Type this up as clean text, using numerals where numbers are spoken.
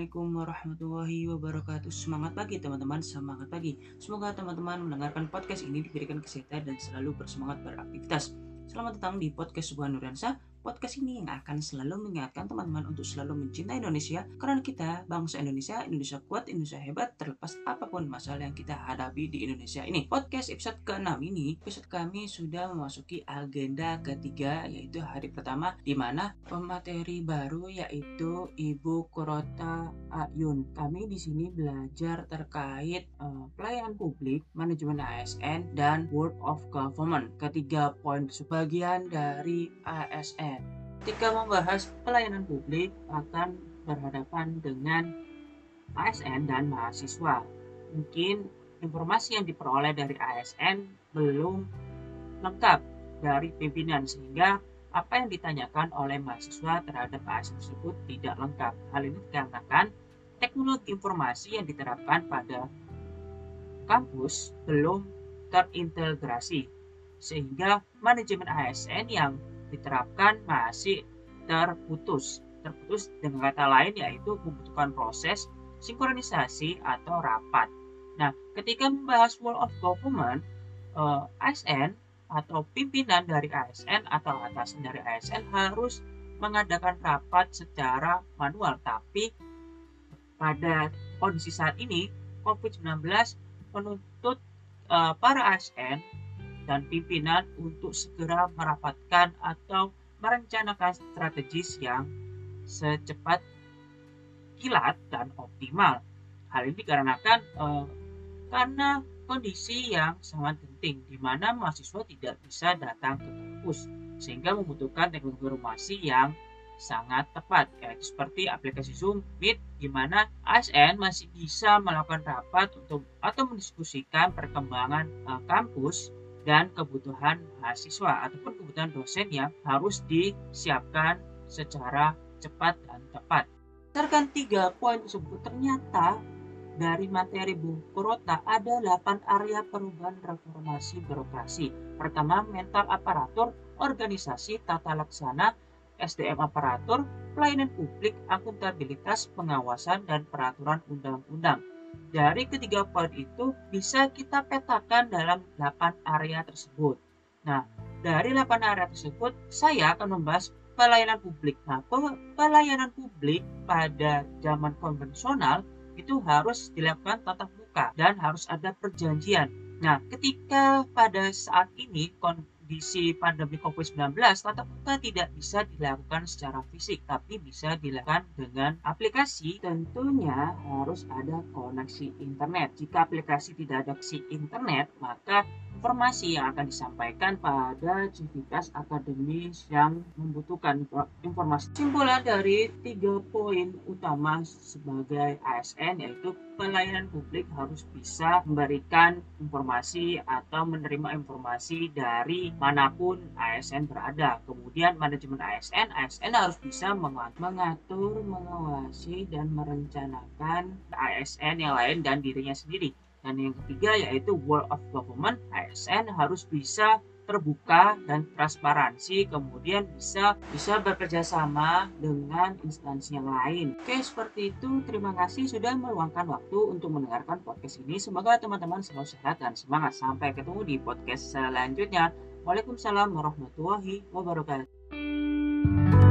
Assalamualaikum warahmatullahi wabarakatuh. Semangat pagi teman-teman, semangat pagi. Semoga teman-teman mendengarkan podcast ini diberikan kesehatan dan selalu bersemangat beraktivitas. Selamat datang di podcast Subhan Nuryansa. Podcast ini yang akan selalu mengingatkan teman-teman untuk selalu mencintai Indonesia, karena kita bangsa Indonesia kuat, Indonesia hebat, terlepas apapun masalah yang kita hadapi di Indonesia ini. Podcast episode ke-6 ini, episode kami sudah memasuki agenda ketiga, yaitu hari pertama, di mana pemateri baru yaitu Ibu Kota Ayun. Kami di sini belajar terkait pelayanan publik, manajemen ASN, dan World of Government. Ketiga poin sebagian dari ASN. Ketika membahas pelayanan publik akan berhadapan dengan ASN dan mahasiswa. Mungkin informasi yang diperoleh dari ASN belum lengkap dari pimpinan, sehingga apa yang ditanyakan oleh mahasiswa terhadap ASN tersebut tidak lengkap. Hal ini dikarenakan teknologi informasi yang diterapkan pada kampus belum terintegrasi, sehingga manajemen ASN yang diterapkan masih terputus dengan kata lain yaitu membutuhkan proses sinkronisasi atau rapat. Nah, ketika membahas World of Government, ASN atau pimpinan dari ASN atau atasan dari ASN harus mengadakan rapat secara manual, tapi pada kondisi saat ini COVID-19 menuntut para ASN dan pimpinan untuk segera merapatkan atau merencanakan strategis yang secepat kilat dan optimal. Hal ini dikarenakan karena kondisi yang sangat genting, di mana mahasiswa tidak bisa datang ke kampus, sehingga membutuhkan teknologi informasi yang sangat tepat, yaitu seperti aplikasi Zoom, Meet, di mana ASN masih bisa melakukan rapat atau mendiskusikan perkembangan kampus dan kebutuhan mahasiswa ataupun kebutuhan dosen yang harus disiapkan secara cepat dan tepat. Berdasarkan 3 poin tersebut, ternyata dari materi Bu Kurota ada 8 area perubahan reformasi birokrasi. Pertama, mental aparatur, organisasi, tata laksana, SDM aparatur, pelayanan publik, akuntabilitas, pengawasan, dan peraturan undang-undang. Dari ketiga poin itu bisa kita petakan dalam 8 area tersebut. Nah, dari 8 area tersebut saya akan membahas pelayanan publik. Nah, pelayanan publik pada zaman konvensional itu harus dilakukan tatap muka dan harus ada perjanjian. Nah, ketika pada saat ini kondisi pandemi COVID-19, tatap muka tidak bisa dilakukan secara fisik, tapi bisa dilakukan dengan aplikasi. Tentunya harus ada koneksi internet. Jika aplikasi tidak ada koneksi internet, maka informasi yang akan disampaikan pada civitas akademis yang membutuhkan informasi. Kesimpulan dari 3 poin utama sebagai ASN yaitu pelayanan publik harus bisa memberikan informasi atau menerima informasi dari manapun ASN berada. Kemudian manajemen ASN harus bisa mengatur, mengawasi, dan merencanakan ASN yang lain dan dirinya sendiri. Dan yang ketiga yaitu World of Government, ASN harus bisa terbuka dan transparansi, kemudian bisa bekerja sama dengan instansi yang lain. Oke, seperti itu. Terima kasih sudah meluangkan waktu untuk mendengarkan podcast ini. Semoga teman-teman selalu sehat dan semangat. Sampai ketemu di podcast selanjutnya. Waalaikumsalam warahmatullahi wabarakatuh.